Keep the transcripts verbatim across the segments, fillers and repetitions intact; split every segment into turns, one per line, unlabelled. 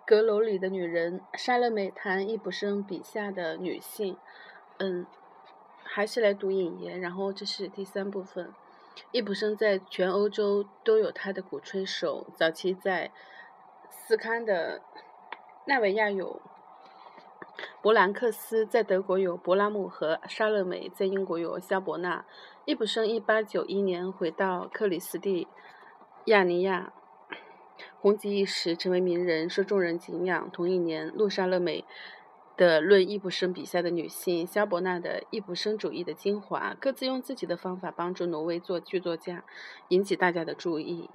阁楼里的女人，莎乐美谈易卜生笔下的女性。嗯，还是来读引言，然后这是第三部分。易卜生在全欧洲都有他的鼓吹手，早期在斯堪的纳维亚有勃兰克斯，在德国有勃拉姆和莎乐美，在英国有萧伯纳。易卜生一八九一年回到克里斯蒂亚尼亚，红极一时，成为名人，受众人敬仰。同一年，陆莎乐美的《论易卜生笔下的女性》，萧伯纳的《易卜生主义的精华》，各自用自己的方法帮助挪威作剧作家，引起大家的注意。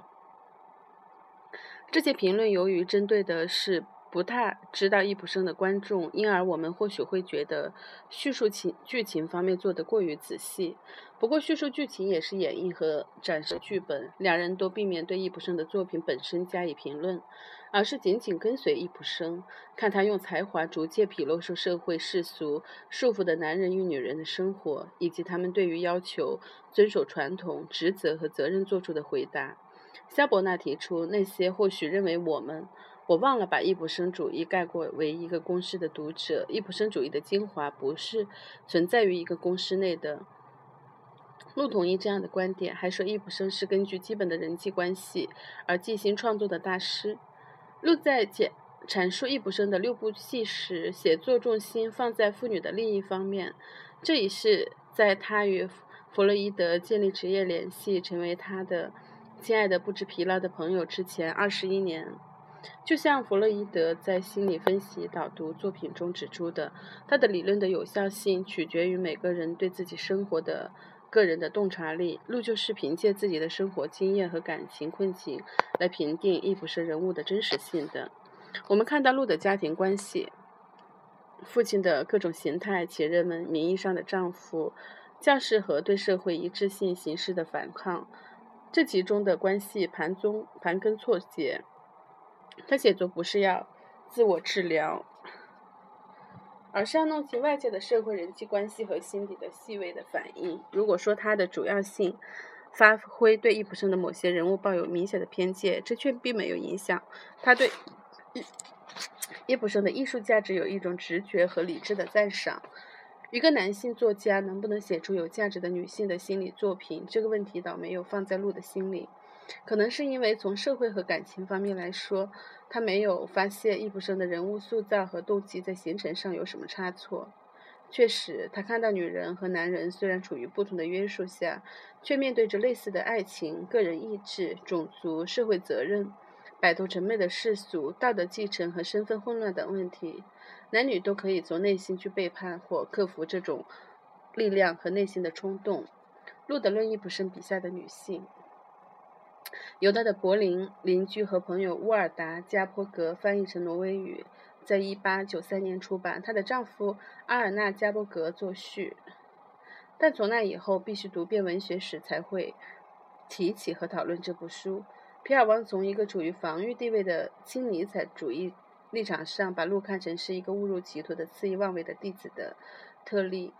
这些评论由于针对的是不太知道易卜生的观众，因而我们或许会觉得叙述情剧情方面做得过于仔细。不过叙述剧情也是演绎和展示剧本，两人都避免对易卜生的作品本身加以评论，而是紧紧跟随易卜生，看他用才华逐渐披露受社会世俗束缚的男人与女人的生活，以及他们对于要求遵守传统、职责和责任做出的回答。萧伯纳提出，那些或许认为我们我忘了把易卜生主义概括为一个公式的读者，易卜生主义的精华不是存在于一个公式内的。陆同意这样的观点，还说易卜生是根据基本的人际关系而即兴创作的大师。陆在简阐述易卜生的六部戏时，写作重心放在妇女的利益方面，这已是在他与弗洛伊德建立职业联系，成为他的亲爱的不知疲劳的朋友之前二十一年。就像弗洛伊德在心理分析导读作品中指出的，他的理论的有效性取决于每个人对自己生活的个人的洞察力。陆就是凭借自己的生活经验和感情困境来评定易卜生人物的真实性的。我们看到陆的家庭关系，父亲的各种形态，前任们名义上的丈夫，教士和对社会一致性形式的反抗，这其中的关系盘中盘根错节。他写作不是要自我治疗，而是要弄清外界的社会人际关系和心理的细微的反应。如果说他的主要性发挥对易卜生的某些人物抱有明显的偏见，这却并没有影响他对易卜生的艺术价值有一种直觉和理智的赞赏。一个男性作家能不能写出有价值的女性的心理作品，这个问题倒没有放在陆的心里。可能是因为从社会和感情方面来说，他没有发现易卜生的人物塑造和动机在形成上有什么差错。确实，他看到女人和男人虽然处于不同的约束下，却面对着类似的爱情、个人意志、种族、社会责任、摆脱沉闷的世俗、道德继承和身份混乱等问题。男女都可以从内心去背叛或克服这种力量和内心的冲动。陆的论易卜生笔下的女性，由他的柏林邻居和朋友乌尔达·加坡格翻译成挪威语，在一八九三年出版，她的丈夫阿尔纳·加波格作序。但从那以后，必须读遍文学史才会提起和讨论这部书。皮尔王从一个处于防御地位的亲尼采主义立场上，把陆看成是一个误入歧途的肆意妄为的弟子的特例。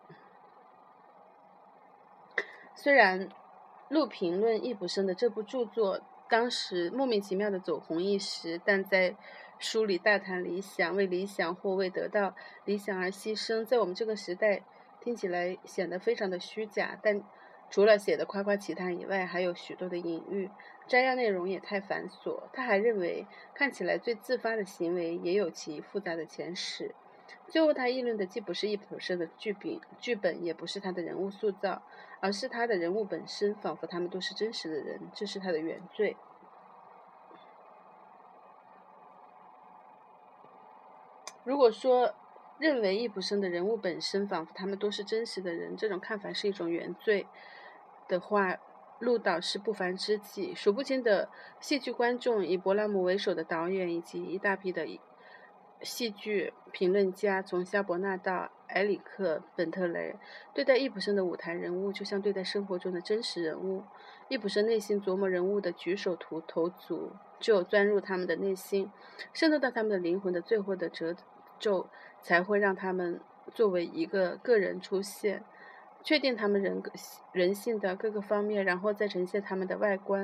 虽然陆评论易卜生的这部著作当时莫名其妙的走红一时，但在书里大谈理想，为理想或为得到理想而牺牲，在我们这个时代听起来显得非常的虚假。但除了写的夸夸其谈以外，还有许多的隐喻，摘要内容也太繁琐。他还认为看起来最自发的行为也有其复杂的前史。最后他议论的既不是易卜生的剧本，剧本也不是他的人物塑造，而是他的人物本身，仿佛他们都是真实的人，这是他的原罪。如果说认为易卜生的人物本身仿佛他们都是真实的人，这种看法是一种原罪的话，陆导是不凡之计。数不清的戏剧观众，以勃拉姆为首的导演以及一大批的戏剧评论家，从萧伯纳到埃里克·本特雷，对待易卜生的舞台人物就像对待生活中的真实人物。易卜生内心琢磨人物的举手投投足，只有钻入他们的内心，渗透到他们的灵魂的最后的褶皱，才会让他们作为一个个人出现，确定他们人人性的各个方面，然后再呈现他们的外观。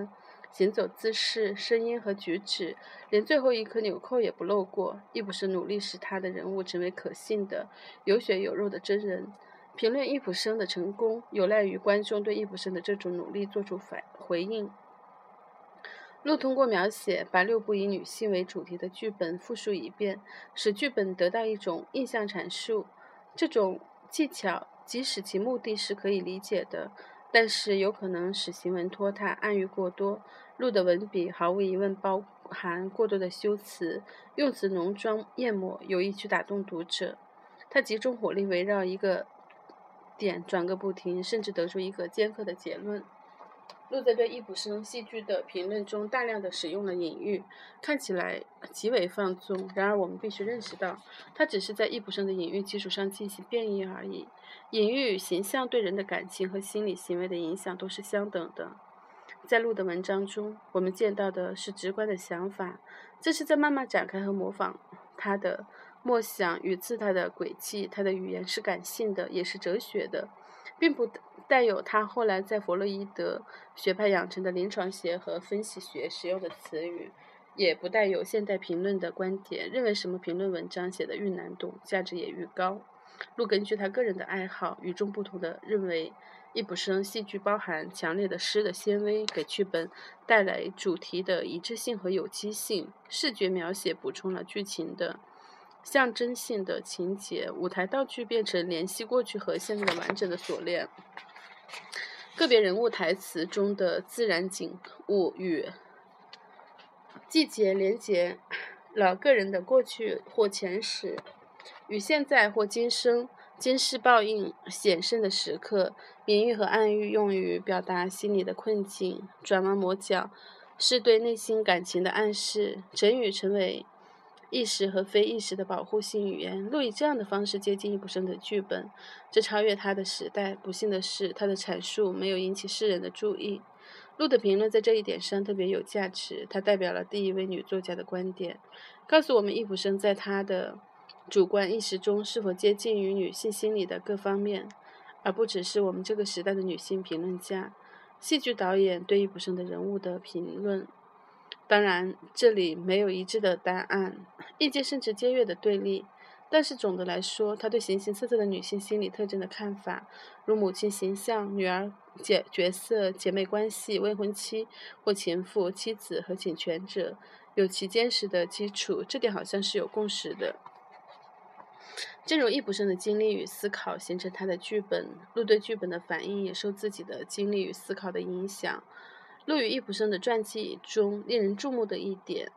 行走姿势、声音和举止，连最后一颗纽扣也不漏过。易卜生努力使他的人物成为可信的、有血有肉的真人。评论易卜生的成功，有赖于观众对易卜生的这种努力做出反回应。陆通过描写把六部以女性为主题的剧本复述一遍，使剧本得到一种印象阐述。这种技巧，即使其目的是可以理解的，但是有可能使行文拖沓、暗喻过多。陆的文笔毫无疑问包含过多的修辞，用词浓妆艳抹，有意去打动读者。他集中火力围绕一个点转个不停，甚至得出一个尖刻的结论。陆在对易卜生戏剧的评论中大量的使用了隐喻，看起来极为放纵，然而我们必须认识到，他只是在易卜生的隐喻基础上进行变异而已。隐喻与形象对人的感情和心理行为的影响都是相等的。在陆的文章中，我们见到的是直观的想法，这是在慢慢展开和模仿他的默想与自他的轨迹。他的语言是感性的，也是哲学的，并不带有他后来在弗洛伊德学派养成的临床学和分析学使用的词语，也不带有现代评论的观点，认为什么评论文章写得愈难懂，价值也愈高。陆根据他个人的爱好，与众不同地认为易卜生戏剧包含强烈的诗的纤维，给剧本带来主题的一致性和有机性，视觉描写补充了剧情的象征性的情节，舞台道具变成联系过去和现在的完整的锁链。个别人物台词中的自然景物与季节连结了个人的过去或前史，与现在或今生今世报应显现的时刻。隐喻和暗喻用于表达心理的困境，转弯抹角是对内心感情的暗示。整语成为意识和非意识的保护性语言。陆以这样的方式接近易卜生的剧本，这超越他的时代。不幸的是，他的阐述没有引起世人的注意。陆的评论在这一点上特别有价值，他代表了第一位女作家的观点，告诉我们易卜生在他的主观意识中是否接近于女性心理的各方面，而不只是我们这个时代的女性评论家、戏剧导演对易卜生的人物的评论。当然，这里没有一致的答案，意见甚至尖锐的对立。但是总的来说，他对形形色色的女性心理特征的看法，如母亲形象、女儿角角色、姐妹关系、未婚妻或情妇、妻子和侵权者，有其坚实的基础，这点好像是有共识的。正如易卜生的经历与思考形成他的剧本，陆对剧本的反应也受自己的经历与思考的影响。陆与易卜生的传记中令人注目的一点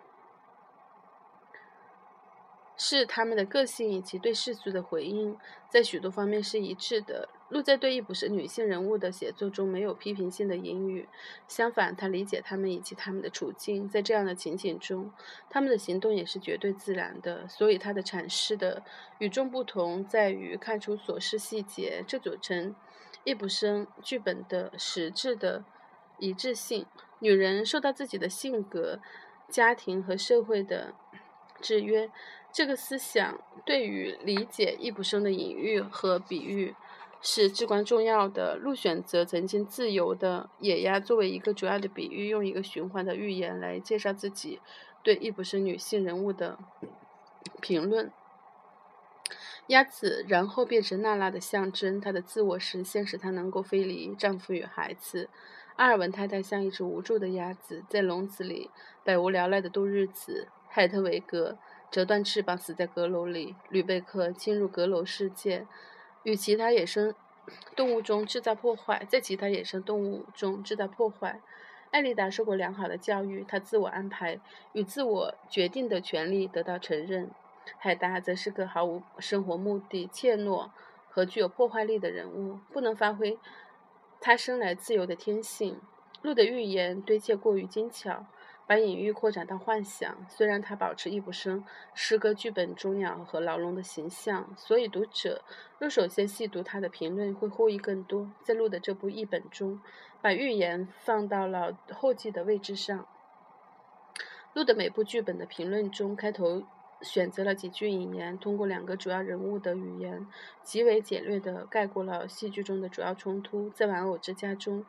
是他们的个性以及对世俗的回应在许多方面是一致的。陆在对易卜生女性人物的写作中没有批评性的言语，相反，他理解他们以及他们的处境，在这样的情景中，他们的行动也是绝对自然的。所以他的阐释的与众不同在于看出琐事细节，这组成易卜生剧本的实质的一致性。女人受到自己的性格、家庭和社会的制约，这个思想对于理解易卜生的隐喻和比喻是至关重要的。陆选择曾经自由的野鸭作为一个主要的比喻，用一个循环的寓言来介绍自己对易卜生女性人物的评论。鸭子然后变成娜拉的象征，她的自我实现使她能够飞离丈夫与孩子。阿尔文太太像一只无助的鸭子，在笼子里百无聊赖的度日子。海特维格折断翅膀死在阁楼里，吕贝克侵入阁楼世界，与其他野生动物中制造破坏，在其他野生动物中制造破坏。艾丽达受过良好的教育，她自我安排与自我决定的权利得到承认。海达则是个毫无生活目的、怯懦和具有破坏力的人物，不能发挥他生来自由的天性。陆的寓言堆砌过于精巧，把隐喻扩展到幻想。虽然他保持易卜生诗歌剧本中鸟和牢笼的形象，所以读者若首先细读他的评论，会获益更多。在陆的这部译本中，把寓言放到了后记的位置上。陆的每部剧本的评论中，开头选择了几句引言，通过两个主要人物的语言，极为简略地概括了戏剧中的主要冲突。在玩偶之家中，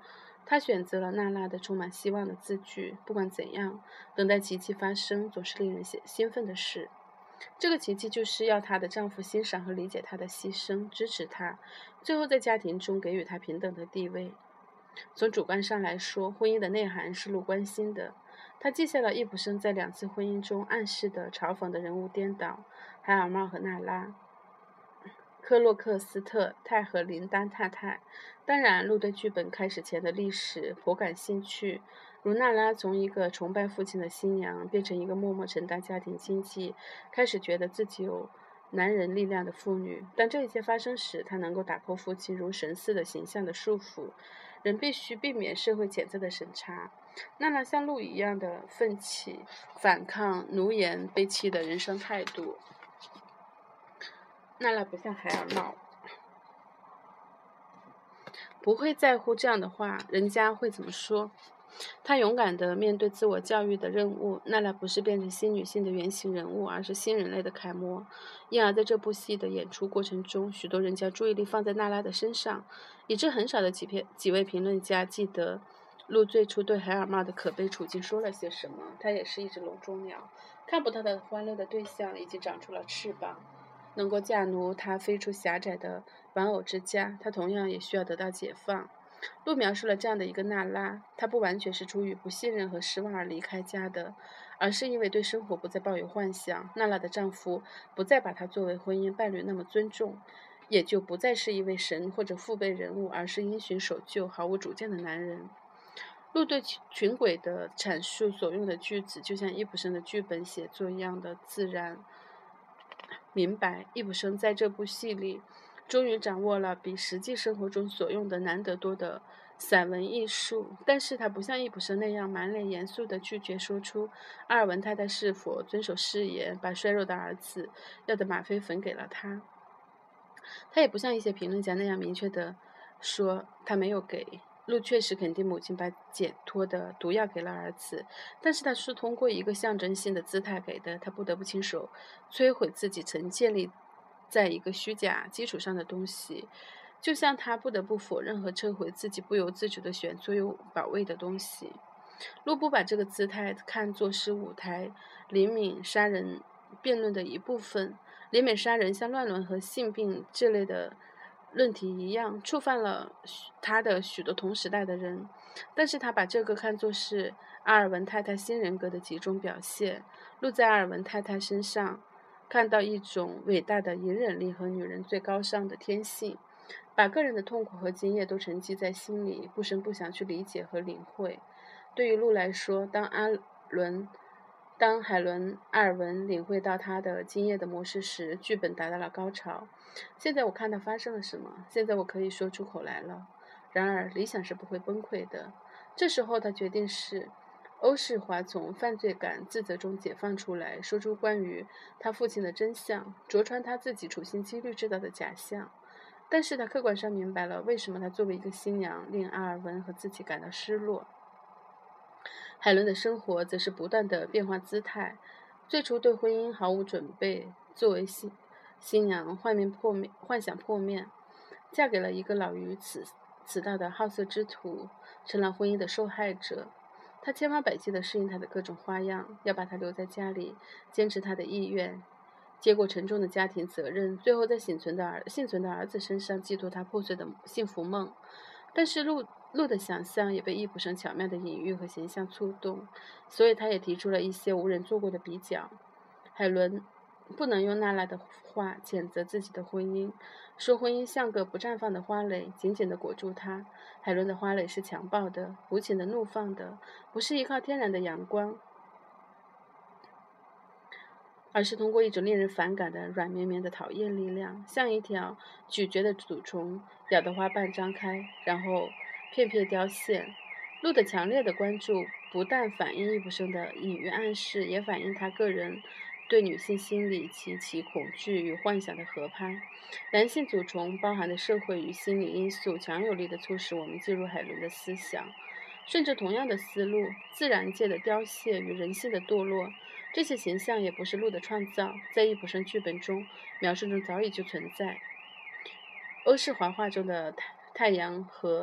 他选择了娜拉的充满希望的字句。不管怎样，等待奇迹发生总是令人兴奋的事。这个奇迹就是要她的丈夫欣赏和理解她的牺牲，支持她，最后在家庭中给予她平等的地位。从主观上来说，婚姻的内涵是陆关心的。他记下了易卜生在两次婚姻中暗示的嘲讽的人物颠倒：海尔茂和娜拉，克洛克斯特太和林丹太太。当然，陆对剧本开始前的历史颇感兴趣，如娜拉从一个崇拜父亲的新娘变成一个默默承担家庭经济，开始觉得自己有男人力量的妇女。当这一切发生时，她能够打破父亲如神似的形象的束缚，人必须避免社会谴责的审查。娜拉像鹿一样的奋起反抗奴颜卑戚的人生态度。娜拉不像海尔茂，不会在乎这样的话，人家会怎么说。她勇敢地面对自我教育的任务。娜拉不是变成新女性的原型人物，而是新人类的楷模。因而在这部戏的演出过程中，许多人将注意力放在娜拉的身上，以致很少的几篇几位评论家记得陆最初对海尔茂的可悲处境说了些什么。他也是一只笼中鸟，看不到他的欢乐的对象已经长出了翅膀，能够驾奴他飞出狭窄的玩偶之家。他同样也需要得到解放。陆描述了这样的一个娜拉，她不完全是出于不信任和失望而离开家的，而是因为对生活不再抱有幻想。娜拉的丈夫不再把她作为婚姻伴侣那么尊重，也就不再是一位神或者父辈人物，而是因循守旧、毫无主见的男人。陆对群轨的阐述所用的句子，就像易卜生的剧本写作一样的自然明白。易卜生在这部戏里终于掌握了比实际生活中所用的难得多的散文艺术，但是他不像易卜生那样满脸严肃地拒绝说出阿尔文太太是否遵守誓言，把衰弱的儿子要的吗啡粉给了他。他也不像一些评论家那样明确地说他没有给。陆确实肯定母亲把解脱的毒药给了儿子，但是他是通过一个象征性的姿态给的。他不得不亲手摧毁自己曾建立在一个虚假基础上的东西，就像他不得不否认和撤回自己不由自主地选作有保卫的东西。陆不把这个姿态看作是舞台灵敏杀人辩论的一部分。灵敏杀人像乱伦和性病这类的论题一样，触犯了他的许多同时代的人，但是他把这个看作是阿尔文太太新人格的集中表现。陆在阿尔文太太身上看到一种伟大的隐忍力和女人最高尚的天性，把个人的痛苦和经验都沉积在心里，不声不响去理解和领会。对于陆来说，当阿伦当海伦·阿尔文领会到他的经验的模式时，剧本达到了高潮。现在我看到发生了什么，现在我可以说出口来了。然而理想是不会崩溃的。这时候他决定是欧世华从犯罪感自责中解放出来，说出关于他父亲的真相，戳穿他自己处心积虑制造的假象。但是他客观上明白了为什么他作为一个新娘令阿尔文和自己感到失落。海伦的生活则是不断的变换姿态。最初对婚姻毫无准备，作为新新娘幻面破灭幻想破灭，嫁给了一个老于此此道的好色之徒，成了婚姻的受害者。她千方百计地适应他的各种花样，要把他留在家里，坚持他的意愿，接过沉重的家庭责任，最后在幸存的儿幸存的儿子身上寄托他破碎的幸福梦。但是陆陆的想象也被易卜生巧妙的隐喻和形象触动，所以他也提出了一些无人做过的比较。海伦不能用娜拉的话谴责自己的婚姻，说婚姻像个不绽放的花蕾，紧紧地裹住它。海伦的花蕾是强暴的、无情的、怒放的，不是依靠天然的阳光，而是通过一种令人反感的软绵绵的讨厌力量，像一条咀嚼的蛀虫，咬得花瓣张开，然后片片凋谢。陆的强烈的关注不但反映易卜生的隐喻暗示，也反映他个人对女性心理及其恐惧与幻想的合拍。男性组虫包含的社会与心理因素强有力地促使我们进入海伦的思想。顺着同样的思路，自然界的凋谢与人性的堕落，这些形象也不是陆的创造，在易卜生剧本中描述中早已就存在。欧式华画中的太太阳和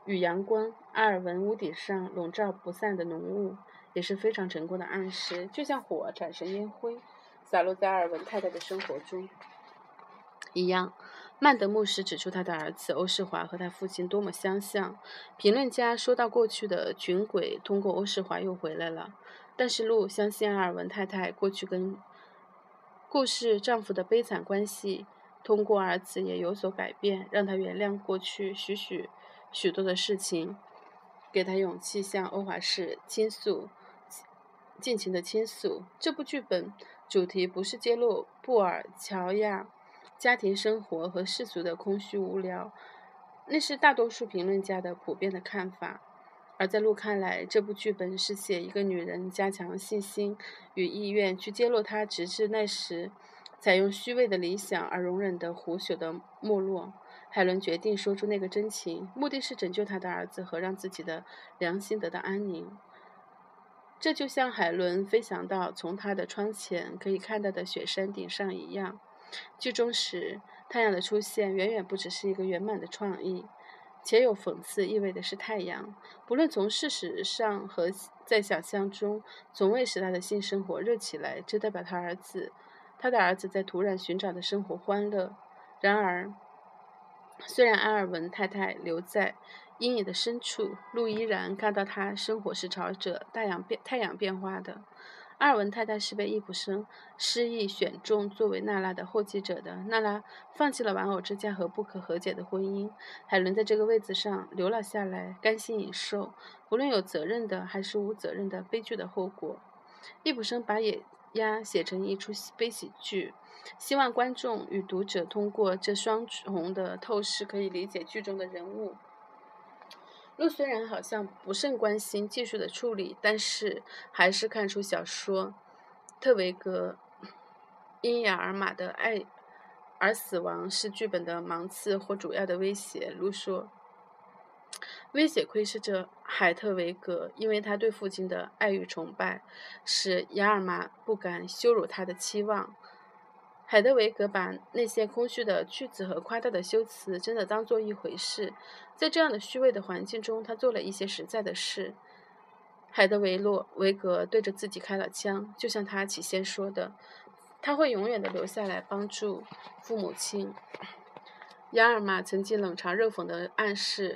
与阳光，阿尔文屋顶上笼罩不散的浓雾，也是非常成功的暗示，就像火产生烟灰，洒落在阿尔文太太的生活中一样。曼德牧师指出他的儿子欧世华和他父亲多么相像。评论家说到过去的群轨通过欧世华又回来了，但是路相信阿尔文太太过去跟故事丈夫的悲惨关系通过儿子也有所改变，让他原谅过去许许许多的事情，给他勇气向欧华士倾诉，尽情的倾诉。这部剧本主题不是揭露布尔乔亚家庭生活和世俗的空虚无聊，那是大多数评论家的普遍的看法。而在路看来，这部剧本是写一个女人加强信心与意愿，去揭露她直至那时采用虚伪的理想而容忍的腐朽的没落。海伦决定说出那个真情，目的是拯救她的儿子和让自己的良心得到安宁。这就像海伦飞翔到从她的窗前可以看到的雪山顶上一样。剧中时，太阳的出现远远不只是一个圆满的创意，且有讽刺意味的是太阳，不论从事实上和在想象中，从未使他的性生活热起来，这代表他儿子，他的儿子在突然寻找的生活欢乐。然而，虽然阿尔文太太留在阴影的深处，路依然看到他生活是朝着太阳变太阳变化的。阿尔文太太是被易卜生失意选中作为娜拉的后继者的。娜拉放弃了玩偶之家和不可和解的婚姻，海伦在这个位子上留了下来，甘心忍受不论有责任的还是无责任的悲剧的后果。易卜生把野鸭写成一出悲喜剧，希望观众与读者通过这双重的透视可以理解剧中的人物。路虽然好像不甚关心技术的处理，但是还是看出小说特维格因雅尔玛的爱而死亡是剧本的盲刺或主要的威胁。路说，威胁窥视着海特维格，因为他对父亲的爱与崇拜，使雅尔玛不敢羞辱他的期望。海德维格把那些空虚的句子和夸大的修辞真的当做一回事，在这样的虚伪的环境中，他做了一些实在的事。海德维洛维格对着自己开了枪，就像他起先说的，他会永远的留下来帮助父母亲。雅尔玛曾经冷嘲热讽地暗示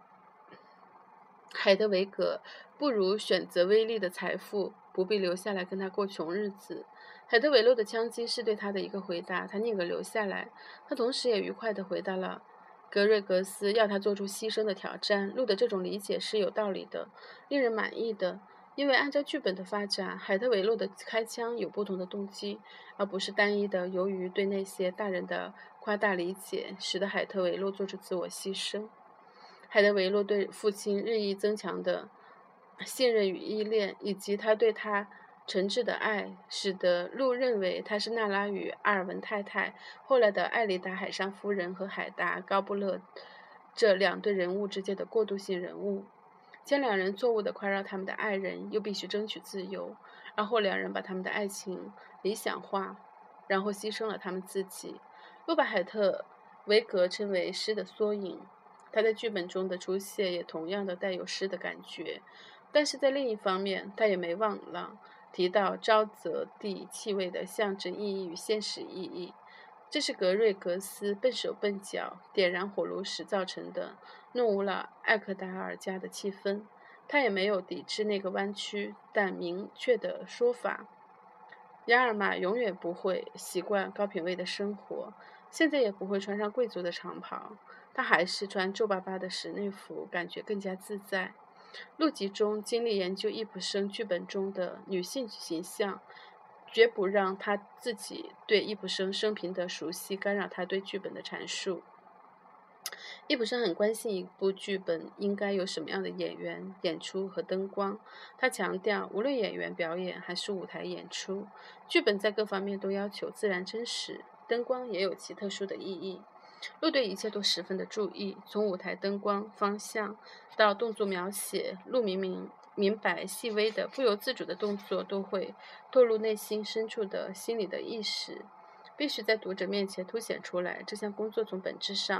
海德维格不如选择威力的财富，不必留下来跟他过穷日子。海德维洛的枪击是对他的一个回答，他宁可留下来。他同时也愉快地回答了格瑞格斯要他做出牺牲的挑战。路的这种理解是有道理的，令人满意的，因为按照剧本的发展，海德维洛的开枪有不同的动机，而不是单一的由于对那些大人的夸大理解，使得海特维洛做出自我牺牲。海德维洛对父亲日益增强的信任与依恋，以及他对他诚挚的爱，使得路认为他是娜拉与阿尔文太太，后来的艾丽达海上夫人和海达高布勒这两对人物之间的过渡性人物，将两人错误地夸耀他们的爱人，又必须争取自由，然后两人把他们的爱情理想化，然后牺牲了他们自己。路把海特维格称为诗的缩影，他在剧本中的出现也同样的带有诗的感觉，但是在另一方面，他也没忘了提到沼泽地气味的象征意义与现实意义。这是格瑞格斯笨手笨脚点燃火炉时造成的，弄污了艾克达尔家的气氛。他也没有抵制那个弯曲但明确的说法。雅尔玛永远不会习惯高品位的生活，现在也不会穿上贵族的长袍，他还是穿皱巴巴的室内服，感觉更加自在。路集中精力研究易卜生剧本中的女性形象，绝不让他自己对易卜生生平的熟悉干扰他对剧本的阐述。易卜生很关心一部剧本应该有什么样的演员、演出和灯光。他强调，无论演员表演还是舞台演出，剧本在各方面都要求自然真实，灯光也有其特殊的意义。路对一切都十分的注意，从舞台灯光、方向到动作描写，路明明明白细微的、不由自主的动作都会透露内心深处的心理的意识，必须在读者面前凸显出来。这项工作从本质上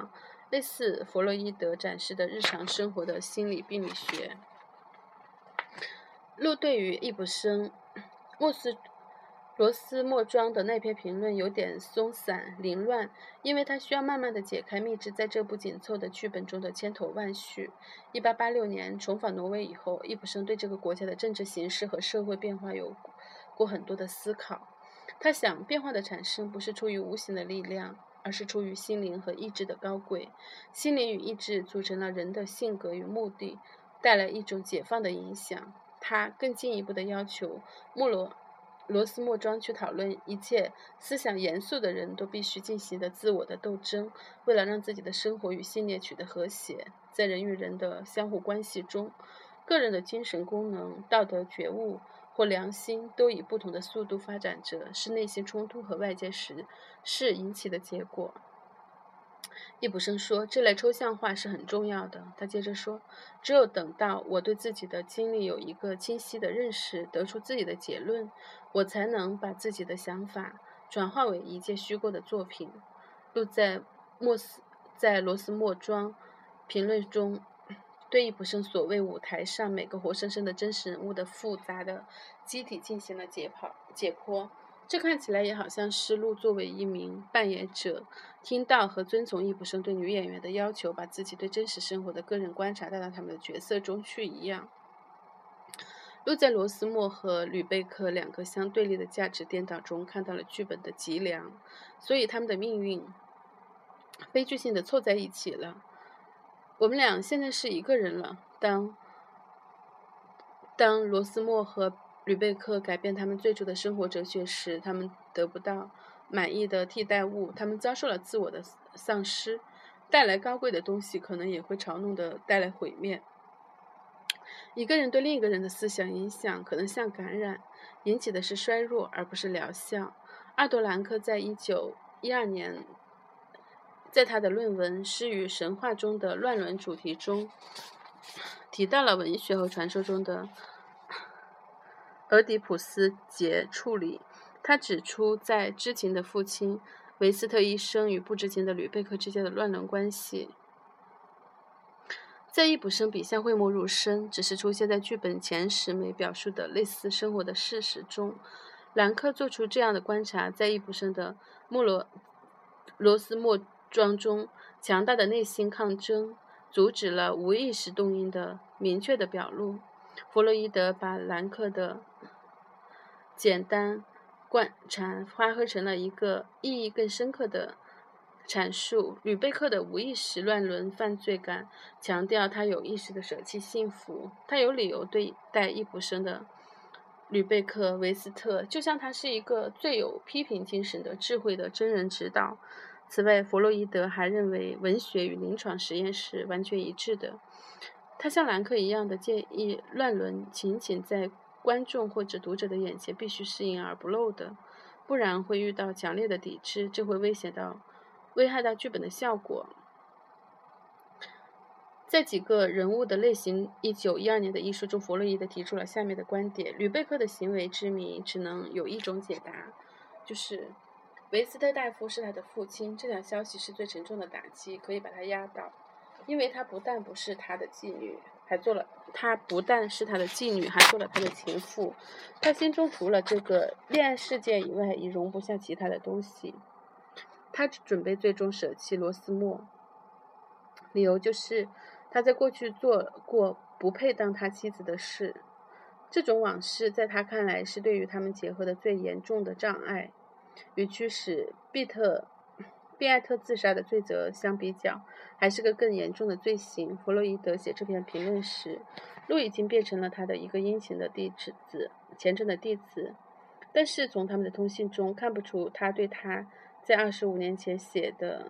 类似弗洛伊德展示的日常生活的心理病理学。路对于易卜生、莫斯罗斯莫庄的那篇评论有点松散凌乱，因为他需要慢慢地解开密制在这部紧凑的剧本中的千头万绪。一八八六年重返挪威以后，易卜生对这个国家的政治形势和社会变化有过很多的思考。他想，变化的产生不是出于无形的力量，而是出于心灵和意志的高贵。心灵与意志组成了人的性格与目的，带来一种解放的影响。他更进一步地要求莫罗罗斯莫庄去讨论一切思想严肃的人都必须进行的自我的斗争，为了让自己的生活与信念取得和谐。在人与人的相互关系中，个人的精神功能、道德觉悟或良心都以不同的速度发展着，是内心冲突和外界时事引起的结果。易卜生说，这类抽象化是很重要的。他接着说，只有等到我对自己的经历有一个清晰的认识，得出自己的结论，我才能把自己的想法转化为一件虚构的作品。路在莫斯在罗斯莫庄评论中对易卜生所谓舞台上每个活生生的真实人物的复杂的机体进行了解剖解剖。这看起来也好像是路作为一名扮演者，听到和遵从易卜生对女演员的要求，把自己对真实生活的个人观察带到他们的角色中去一样。路在罗斯莫和吕贝克两个相对立的价值颠倒中看到了剧本的脊梁，所以他们的命运悲剧性的凑在一起了。我们俩现在是一个人了。当当罗斯莫和吕贝克改变他们最初的生活哲学时，他们得不到满意的替代物，他们遭受了自我的丧失。带来高贵的东西，可能也会嘲弄的带来毁灭。一个人对另一个人的思想影响，可能像感染，引起的是衰弱，而不是疗效。阿多兰克在一九一二年，在他的论文《诗与神话中的乱伦》主题中，提到了文学和传说中的俄狄浦斯节处理。他指出，在知情的父亲维斯特医生与不知情的吕贝克之间的乱伦关系，在易卜生笔下讳莫如深，只是出现在剧本前十枚表述的类似生活的事实中。兰克做出这样的观察，在易卜生的莫罗罗斯莫庄中，强大的内心抗争阻止了无意识动因的明确的表露。弗洛伊德把兰克的简单观察发挥成了一个意义更深刻的阐述。吕贝克的无意识乱伦犯罪感强调他有意识的舍弃幸福。他有理由对待易卜生的吕贝克维斯特，就像他是一个最有批评精神的智慧的真人指导。此外，弗洛伊德还认为文学与临床实验是完全一致的。他像兰克一样的建议，乱伦情景在观众或者读者的眼前必须是隐而不露的，不然会遇到强烈的抵制，这会危险到危害到剧本的效果。在几个人物的类型一九一二年的一书中，弗洛伊德提出了下面的观点：吕贝克的行为之谜只能有一种解答，就是维斯特大夫是他的父亲。这条消息是最沉重的打击，可以把他压倒，因为他不但不是他的妓女，还做了他不但是他的妓女，还做了他的情妇。他心中除了这个恋爱事件以外，已容不下其他的东西。他准备最终舍弃罗斯莫，理由就是他在过去做过不配当他妻子的事。这种往事在他看来是对于他们结合的最严重的障碍。与驱使毕特毕艾特自杀的罪责相比较，还是个更严重的罪行。弗洛伊德写这篇评论时，路已经变成了他的一个殷勤的弟子，虔诚的弟子。但是从他们的通信中看不出他对他在二十五年前写的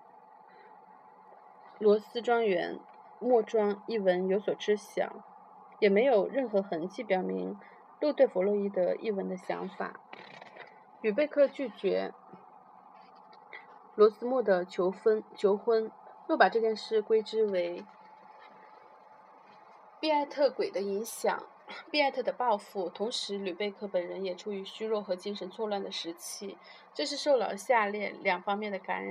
罗斯庄园莫庄一文有所知晓，也没有任何痕迹表明路对弗洛伊德一文的想法。吕贝克拒绝罗斯莫的求婚，求婚又把这件事归之为毕艾特鬼的影响，毕艾特的报复。同时，吕贝克本人也处于虚弱和精神错乱的时期，这是受了下列两方面的感染。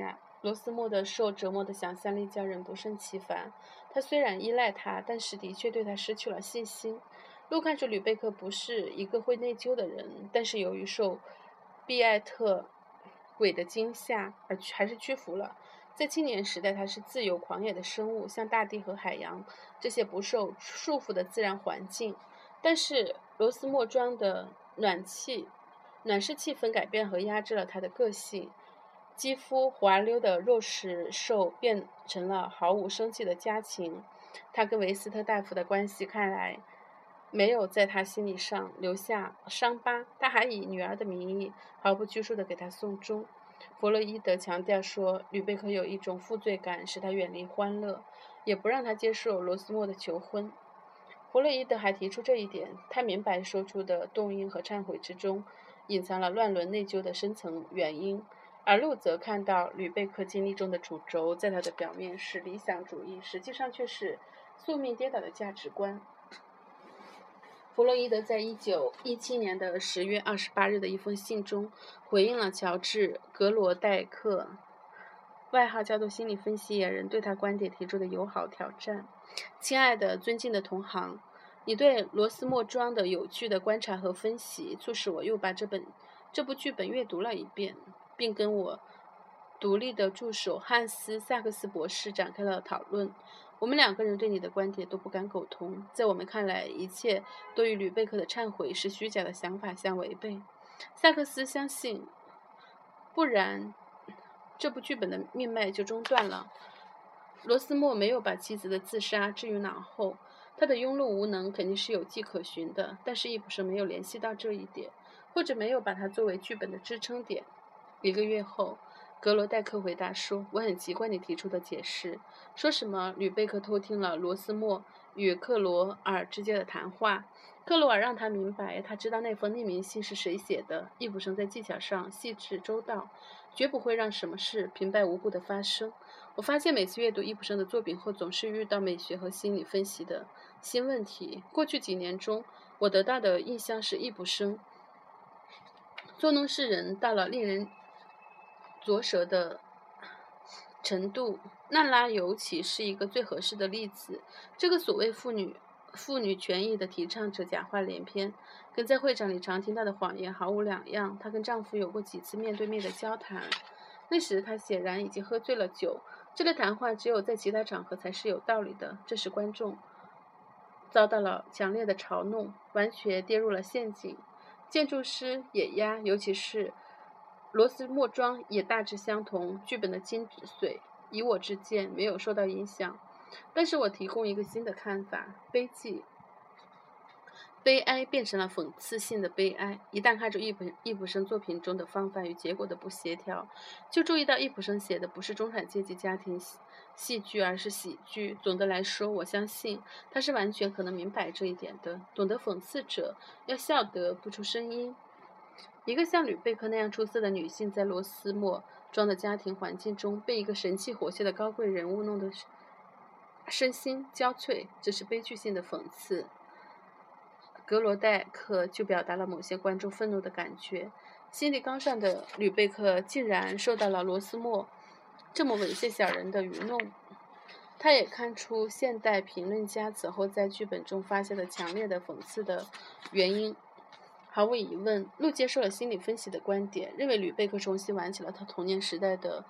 罗斯莫的受折磨的想象力叫人不胜其烦。他虽然依赖他，但是的确对他失去了信心。路看出吕贝克不是一个会内疚的人，但是由于受毕艾特鬼的惊吓而还是屈服了。在青年时代，他是自由狂野的生物，像大地和海洋这些不受束缚的自然环境。但是罗斯莫庄的暖气暖湿气氛改变和压制了他的个性，肌肤滑溜的肉食兽变成了毫无生气的家禽。他跟维斯特大夫的关系看来没有在他心理上留下伤疤，他还以女儿的名义毫不拘束地给他送终。弗洛伊德强调说，吕贝克有一种负罪感，使他远离欢乐，也不让他接受罗斯莫的求婚。弗洛伊德还提出这一点，他明白说出的动因和忏悔之中隐藏了乱伦内疚的深层原因，而路则看到吕贝克经历中的主轴在他的表面是理想主义，实际上却是宿命跌倒的价值观。弗洛伊德在一九一七年的十月二十八日的一封信中回应了乔治·格罗代克，外号叫做心理分析野人，对他观点提出的友好挑战。亲爱的尊敬的同行，你对罗斯莫庄的有趣的观察和分析促使我又把这本这部剧本阅读了一遍，并跟我独立的助手汉斯·萨克斯博士展开了讨论。我们两个人对你的观点都不敢苟同，在我们看来，一切都与吕贝克的忏悔是虚假的想法相违背。萨克斯相信，不然这部剧本的命脉就中断了。罗斯莫没有把妻子的自杀置于脑后，他的庸碌无能肯定是有迹可循的，但是易卜生没有联系到这一点，或者没有把它作为剧本的支撑点。一个月后，格罗代克回答说，我很奇怪你提出的解释，说什么吕贝克偷听了罗斯莫与克罗尔之间的谈话，克罗尔让他明白他知道那封匿名信是谁写的。易卜生在技巧上细致周到，绝不会让什么事平白无故的发生。我发现每次阅读易卜生的作品后，总是遇到美学和心理分析的新问题。过去几年中，我得到的印象是易卜生作弄世人到了令人作舌的程度。娜拉尤其是一个最合适的例子。这个所谓妇女妇女权益的提倡者假话连篇，跟在会场里常听到的谎言毫无两样。她跟丈夫有过几次面对面的交谈，那时她显然已经喝醉了酒。这个谈话只有在其他场合才是有道理的。这时观众遭到了强烈的嘲弄，完全跌入了陷阱。建筑师、野鸭，尤其是罗斯莫庄也大致相同，剧本的精髓以我之见没有受到影响。但是我提供一个新的看法，悲剧悲哀变成了讽刺性的悲哀。一旦看出易卜易卜生作品中的方法与结果的不协调，就注意到易卜生写的不是中产阶级家庭戏剧，而是喜剧。总的来说，我相信他是完全可能明白这一点的。懂得讽刺者要笑得不出声音。一个像吕贝克那样出色的女性，在罗斯莫庄的家庭环境中，被一个神气活现的高贵人物弄得身心交瘁，这是悲剧性的讽刺。格罗代克就表达了某些观众愤怒的感觉，心地高尚的吕贝克竟然受到了罗斯莫这么猥亵小人的愚弄。他也看出现代评论家此后在剧本中发现的强烈的讽刺的原因。毫无疑问，路接受了心理分析的观点，认为吕贝克重新玩起了他童年时代的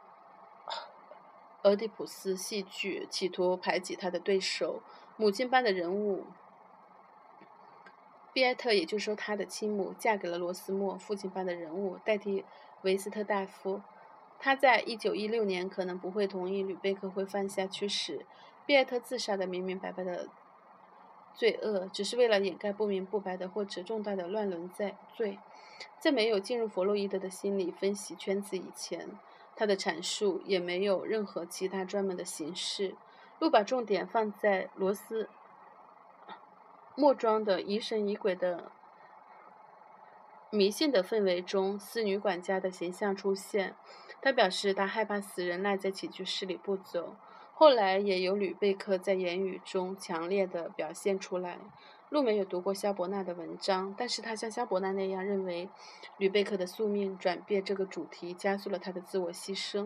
俄狄浦斯戏剧，企图排挤他的对手，母亲般的人物毕埃特，也就是说他的亲母，嫁给了罗斯莫，父亲般的人物代替维斯特大夫。他在一九一六年可能不会同意吕贝克会犯下驱使毕埃特自杀的明明白白的罪恶，只是为了掩盖不明不白的或者重大的乱伦罪。在没有进入弗洛伊德的心理分析圈子以前，他的阐述也没有任何其他专门的形式。路把重点放在罗斯莫庄的疑神疑鬼的迷信的氛围中，私女管家的形象出现。他表示他害怕死人赖在起居室里不走。后来也由吕贝克在言语中强烈地表现出来。路没有读过萧伯纳的文章，但是他像萧伯纳那样认为吕贝克的宿命转变这个主题加速了他的自我牺牲。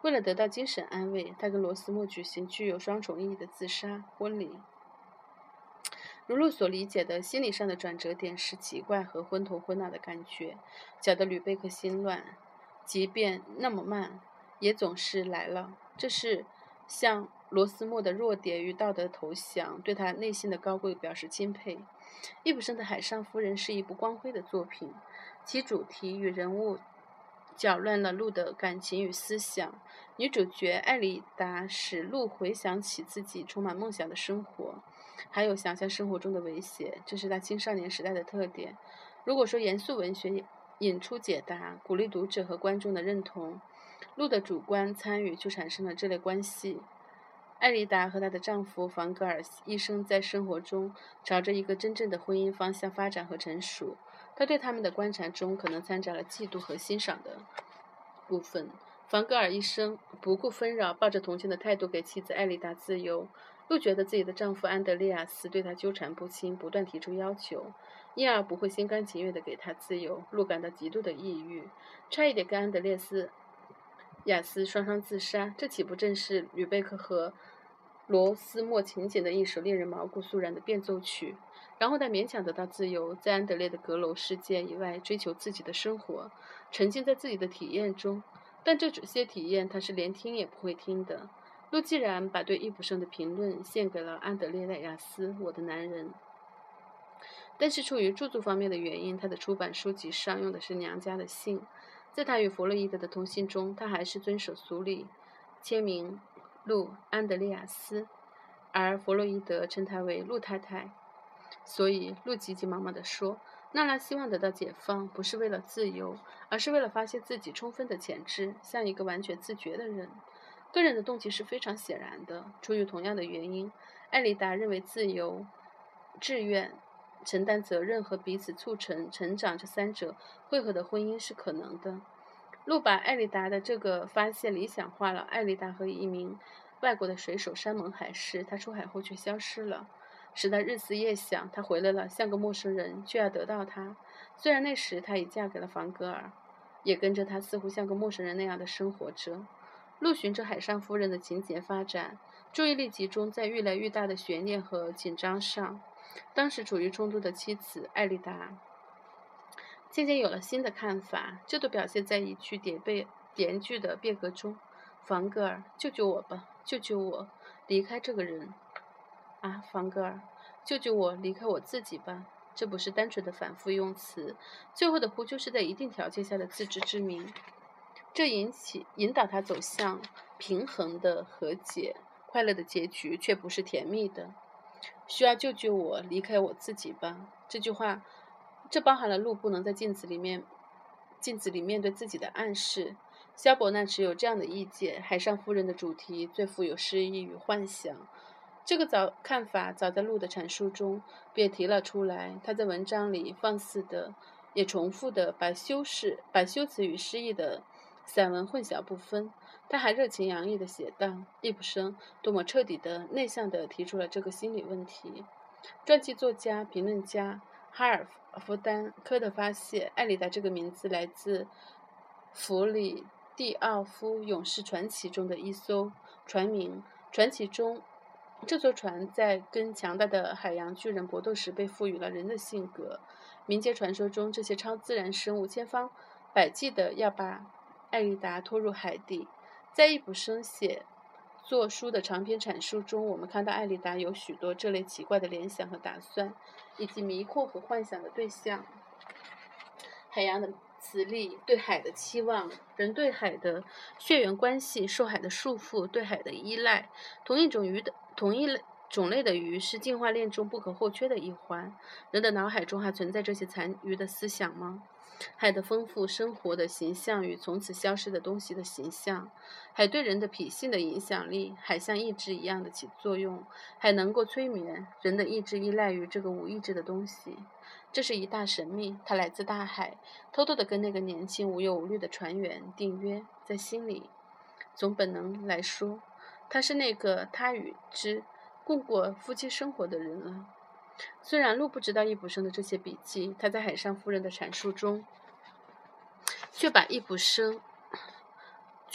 为了得到精神安慰，他跟罗斯莫举行具有双重意义的自杀婚礼。如露所理解的心理上的转折点是奇怪和昏头昏脑的感觉，搅得吕贝克心乱，即便那么慢，也总是来了。这是向罗斯莫的弱点与道德投降，对他内心的高贵表示钦佩。易卜生的《海上夫人》是一部光辉的作品，其主题与人物搅乱了鹿的感情与思想。女主角艾丽达使鹿回想起自己充满梦想的生活，还有想象生活中的威胁，这是他青少年时代的特点。如果说严肃文学引出解答，鼓励读者和观众的认同，鹿的主观参与就产生了这类关系。艾丽达和她的丈夫房格尔一生在生活中朝着一个真正的婚姻方向发展和成熟。他对他们的观察中可能掺杂了嫉妒和欣赏的部分。房格尔一生不顾纷扰，抱着同情的态度给妻子艾丽达自由。鹿觉得自己的丈夫安德烈亚斯对她纠缠不清，不断提出要求，因而不会心甘情愿地给她自由。鹿感到极度的抑郁，差一点跟安德烈斯亚斯双双自杀。这岂不正是吕贝克和罗斯莫情景的一首令人毛骨悚然的变奏曲？然后他勉强得到自由，在安德烈的阁楼世界以外追求自己的生活，沉浸在自己的体验中。但这些体验他是连听也不会听的。陆既然把对易卜生的评论献给了安德烈亚斯，我的男人，但是出于著作方面的原因，他的出版书籍上用的是娘家的姓。在他与弗洛伊德的通信中，他还是遵守俗礼，签名陆安德烈亚斯，而弗洛伊德称他为陆太太。所以陆急急忙忙地说，娜拉希望得到解放，不是为了自由，而是为了发现自己充分的潜质，像一个完全自觉的人。个人的动机是非常显然的。出于同样的原因，艾丽达认为自由、志愿、承担责任和彼此促成成长这三者汇合的婚姻是可能的。陆把艾丽达的这个发现理想化了。艾丽达和一名外国的水手山盟海誓，他出海后却消失了，使他日思夜想。他回来了，像个陌生人，却要得到他。虽然那时他已嫁给了房格尔，也跟着他似乎像个陌生人那样的生活着。陆循着海上夫人的情节发展，注意力集中在愈来愈大的悬念和紧张上。当时处于冲突的妻子艾丽达渐渐有了新的看法，这都表现在一句叠被连句的变革中：房格尔，救救我吧，救救我，离开这个人啊！房格尔，救救我，离开我自己吧。这不是单纯的反复用词，最后的呼救是在一定条件下的自知之明。这引起引导他走向平衡的和解，快乐的结局却不是甜蜜的。需要救救我，离开我自己吧。这句话，这包含了鹿不能在镜子里面镜子里面对自己的暗示。萧伯纳持有这样的意见：海上夫人的主题最富有诗意与幻想。这个早看法早在鹿的阐述中便提了出来。他在文章里放肆的也重复的把修饰把修辞与诗意的散文混淆不分。他还热情洋溢地写道：易卜生多么彻底的内向地提出了这个心理问题。传记作家评论家哈尔夫丹科特发现，艾丽达这个名字来自弗里蒂奥夫勇士传奇中的一艘船名。传奇中这座船在跟强大的海洋巨人搏斗时被赋予了人的性格。民间传说中，这些超自然生物千方百计地要把艾丽达拖入海底。在易卜生写作书的长篇阐述中，我们看到艾丽达有许多这类奇怪的联想和打算，以及迷惑和幻想的对象。海洋的磁力，对海的期望，人对海的血缘关系，受海的束缚，对海的依赖。同一种鱼的同一种类的鱼是进化链中不可或缺的一环。人的脑海中还存在这些残余的思想吗？海的丰富生活的形象与从此消失的东西的形象，海对人的脾性的影响力，海像意志一样的起作用，海能够催眠人的意志，依赖于这个无意志的东西。这是一大神秘，它来自大海，偷偷地跟那个年轻无忧无虑的船员订约，在心里。从本能来说，他是那个他与之共过夫妻生活的人了。虽然陆不知道易卜生的这些笔记，他在海上夫人的阐述中却把易卜生却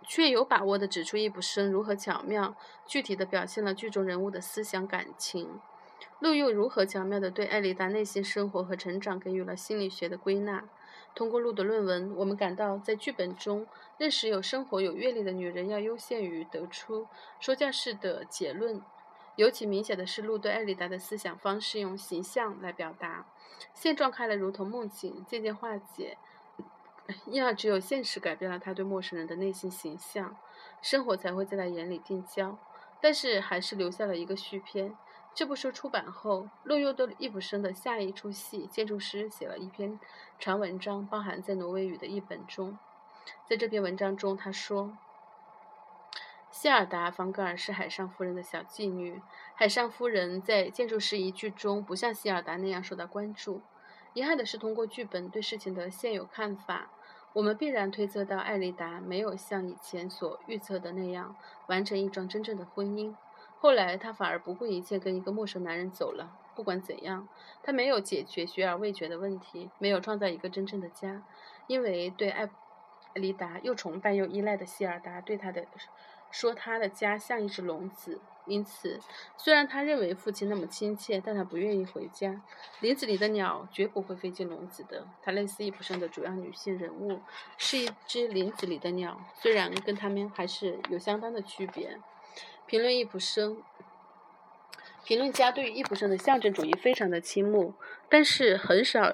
确有把握地指出易卜生如何巧妙、具体地表现了剧中人物的思想感情。陆又如何巧妙地对艾丽达内心生活和成长给予了心理学的归纳。通过陆的论文，我们感到在剧本中认识有生活有阅历的女人要优先于得出说教式的结论。尤其明显的是，陆对艾丽达的思想方式用形象来表达，现状看来如同梦境，渐渐化解，因而只有现实改变了他对陌生人的内心形象，生活才会在他眼里定焦。但是还是留下了一个续篇。这部书出版后，陆又对易卜生的下一出戏《建筑师》写了一篇长文章，包含在挪威语的译本中。在这篇文章中，他说，希尔达·房格尔是海上夫人的小妓女。海上夫人在《建筑师》一剧中不像希尔达那样受到关注。遗憾的是，通过剧本对事情的现有看法，我们必然推测到艾丽达没有像以前所预测的那样完成一桩真正的婚姻。后来她反而不顾一切跟一个陌生男人走了。不管怎样，她没有解决学而未决的问题，没有创造一个真正的家。因为对艾丽达又崇拜又依赖的希尔达对她的说他的家像一只笼子，因此虽然他认为父亲那么亲切，但他不愿意回家。林子里的鸟绝不会飞进笼子的。他类似易卜生的主要女性人物是一只林子里的鸟，虽然跟他们还是有相当的区别。评论易卜生评论家对于易卜生的象征主义非常的倾慕，但是很少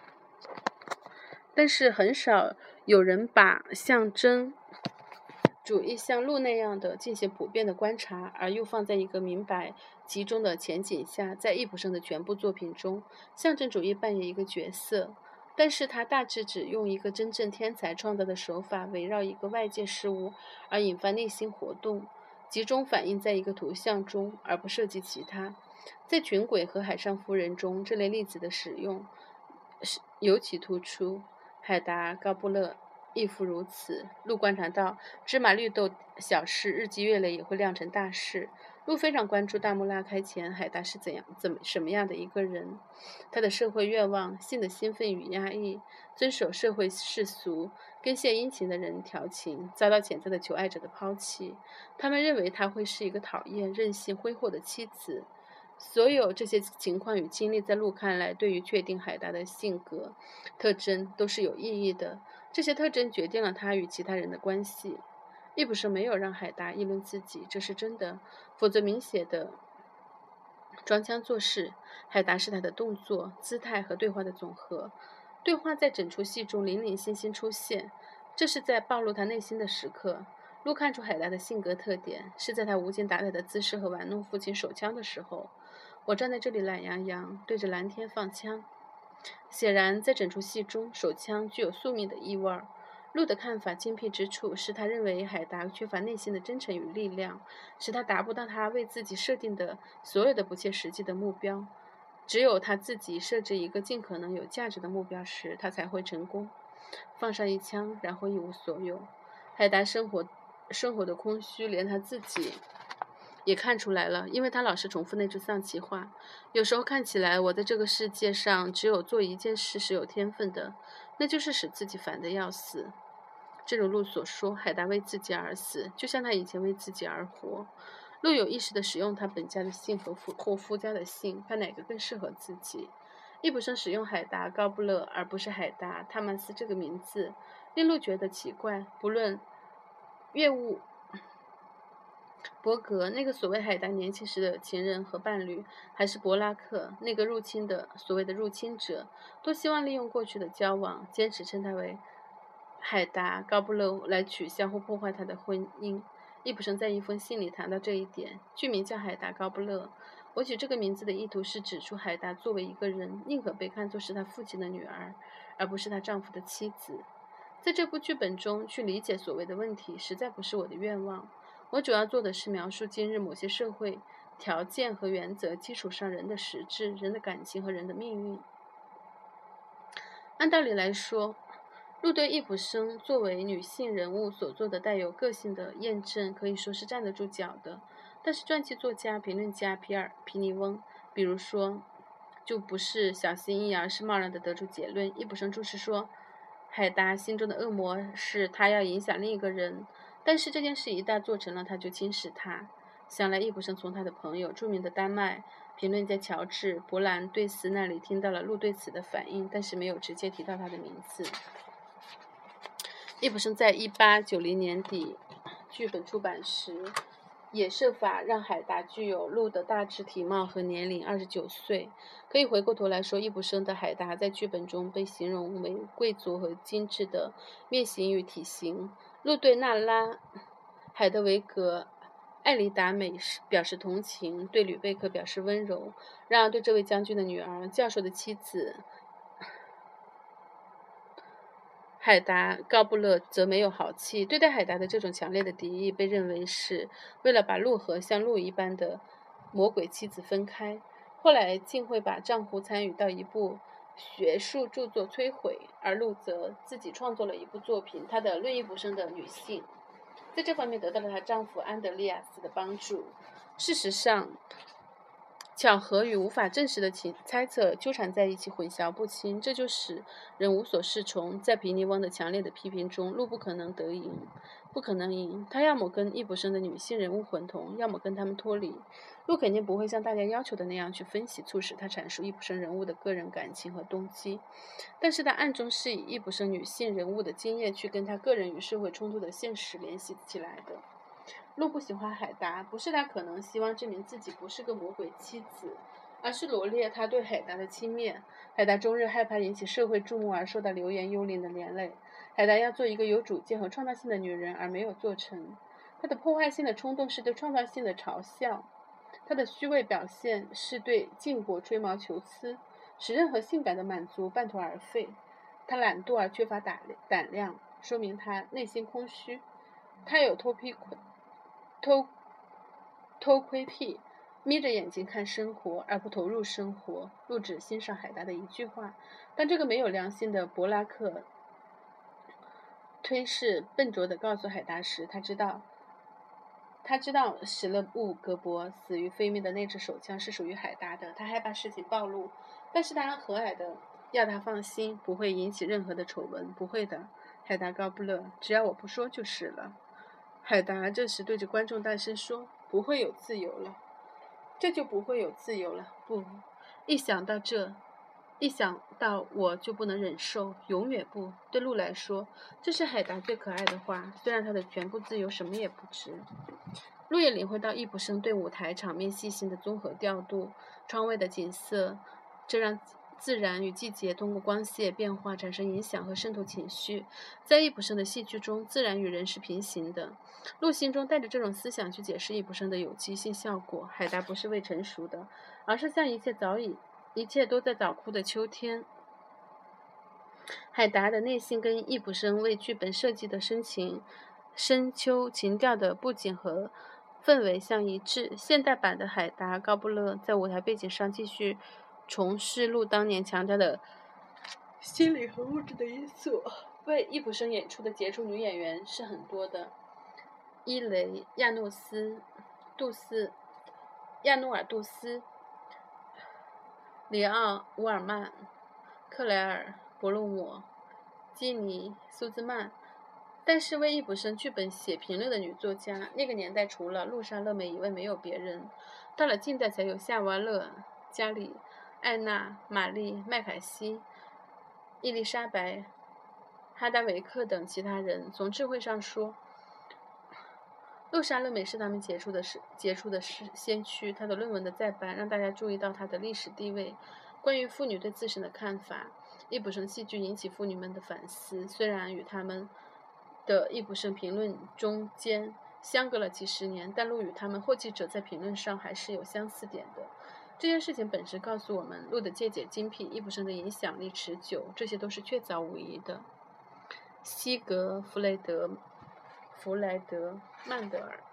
但是很少有人把象征主义像陆那样的进行普遍的观察，而又放在一个明白集中的前景下。在易卜生的全部作品中，象征主义扮演一个角色，但是他大致只用一个真正天才创造的手法，围绕一个外界事物而引发内心活动，集中反映在一个图像中，而不涉及其他。在群轨和海上夫人中，这类例子的使用尤其突出。海达·高布勒亦复如此。陆观察到，芝麻绿豆小事日积月累也会酿成大事。陆非常关注大幕拉开前海达是怎样怎么什么样的一个人，他的社会愿望、性的兴奋与压抑，遵守社会世俗，跟献殷勤的人调情，遭到潜在的求爱者的抛弃。他们认为他会是一个讨厌、任性、挥霍的妻子。所有这些情况与经历，在陆看来，对于确定海达的性格特征都是有意义的。这些特征决定了他与其他人的关系。易卜生没有让海达议论自己，这是真的，否则明显的装腔作势。海达是他的动作、姿态和对话的总和。对话在整出戏中零零星星出现，这是在暴露他内心的时刻。陆看出海达的性格特点，是在他无精打采的姿势和玩弄父亲手枪的时候。我站在这里懒洋洋，对着蓝天放枪。显然，在整出戏中，手枪具有宿命的意味。陆的看法精辟之处是他认为海达缺乏内心的真诚与力量，使他达不到他为自己设定的所有的不切实际的目标。只有他自己设置一个尽可能有价值的目标时，他才会成功。放上一枪，然后一无所有。海达生活生活的空虚，连他自己也看出来了，因为他老是重复那句丧气话。有时候看起来，我在这个世界上只有做一件事是有天分的，那就是使自己烦得要死。正如陆所说，海达为自己而死，就像他以前为自己而活。陆有意识地使用他本家的姓和夫或夫家的姓，看哪个更适合自己。易卜生使用海达·高布勒而不是海达·塔曼斯这个名字，令陆觉得奇怪。不论悦物伯格那个所谓海达年轻时的情人和伴侣，还是伯拉克那个入侵的所谓的入侵者，都希望利用过去的交往，坚持称他为海达·高布勒来取消或破坏他的婚姻。易卜生在一封信里谈到这一点，剧名叫海达·高布勒。我取这个名字的意图是指出海达作为一个人，宁可被看作是他父亲的女儿，而不是他丈夫的妻子。在这部剧本中去理解所谓的问题，实在不是我的愿望。我主要做的是描述今日某些社会条件和原则基础上人的实质、人的感情和人的命运。按道理来说，陆对易卜生作为女性人物所做的带有个性的验证，可以说是站得住脚的。但是传记作家、评论家皮尔·皮尼翁，比如说，就不是小心翼翼，而是贸然地得出结论。易卜生注释说，海达心中的恶魔是他要影响另一个人， 但是这件事一旦做成了，他就轻视他。想来易卜生从他的朋友著名的丹麦评论家乔治·勃兰对斯那里听到了陆对此的反应，但是没有直接提到他的名字。易卜生在一八九零年底剧本出版时，也设法让海达具有陆的大致体貌和年龄，二十九岁。可以回过头来说，易卜生的海达在剧本中被形容为贵族和精致的面型与体型。陆对娜拉、海德维格、艾丽达美表示同情，对吕贝克表示温柔。然而对这位将军的女儿、教授的妻子海达·高布勒则没有好气。对待海达的这种强烈的敌意被认为是为了把陆和像鹿一般的魔鬼妻子分开，后来竟会把丈夫参与到一部学术著作摧毁，而陆则自己创作了一部作品，她的论易卜生的女性，在这方面得到了她丈夫安德利亚斯的帮助。事实上，巧合与无法证实的猜测纠缠在一起，混淆不清，这就使人无所适从。在皮尼翁的强烈的批评中，陆不可能得赢，不可能赢。他要么跟易卜生的女性人物混同，要么跟他们脱离。陆肯定不会像大家要求的那样去分析、促使他阐述易卜生人物的个人感情和动机，但是他暗中是以易卜生女性人物的经验去跟他个人与社会冲突的现实联系起来的。陆不喜欢海达，不是他可能希望证明自己不是个魔鬼妻子，而是罗列他对海达的轻蔑。海达终日害怕引起社会注目而受到流言幽灵的连累。海达要做一个有主见和创造性的女人，而没有做成。她的破坏性的冲动是对创造性的嘲笑，她的虚伪表现是对禁果吹毛求疵，使任何性感的满足半途而废。她懒惰而缺乏胆量，说明她内心空虚。她有偷窥偷偷窥癖，眯着眼睛看生活而不投入生活。陆只欣赏海达的一句话，但这个没有良心的伯拉克推事笨拙地告诉海达时，他知道他知道史勒布格伯死于非命的那支手枪是属于海达的。他害怕事情暴露，但是他和蔼的要他放心，不会引起任何的丑闻。不会的，海达高布勒，只要我不说就是了。海达这时对着观众大声说，不会有自由了，这就不会有自由了。不，一想到这一想到我就不能忍受，永远不。对陆来说，这是海达最可爱的话，虽然他的全部自由什么也不值。陆也领会到易卜生对舞台场面细心的综合调度，窗外的景色，这让自然与季节通过光线变化产生影响和渗透情绪。在易卜生的戏剧中，自然与人是平行的。陆心中带着这种思想去解释易卜生的有机性效果。海达不是未成熟的，而是像一切早已一切都在早枯的秋天。海达的内心跟易卜生为剧本设计的深情深秋情调的布景和氛围相一致。现代版的海达高布勒在舞台背景上继续重示陆当年强调的心理和物质的因素。为易卜生演出的杰出女演员是很多的，伊雷亚诺斯杜斯亚诺尔杜斯、里奥乌尔曼、克莱尔伯洛姆、基尼苏兹曼。但是为易卜生剧本写评论的女作家，那个年代除了露莎乐美以外没有别人，到了近代才有夏娃勒、加里、艾娜、玛丽、麦凯西、伊丽莎白、哈达维克等其他人。从智慧上说，露莎乐美是他们杰出的杰出的先驱。她的论文的再版让大家注意到她的历史地位，关于妇女对自身的看法。易卜生戏剧引起妇女们的反思，虽然与他们的易卜生评论中间相隔了几十年，但陆与他们后继者在评论上还是有相似点的。这件事情本身告诉我们，陆的见解精辟，易卜生的影响力持久，这些都是确凿无疑的。西格弗雷德弗莱德曼德尔，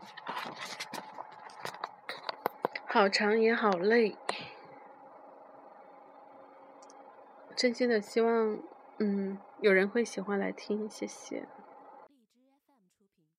好长也好累，真心的希望嗯有人会喜欢来听，谢谢。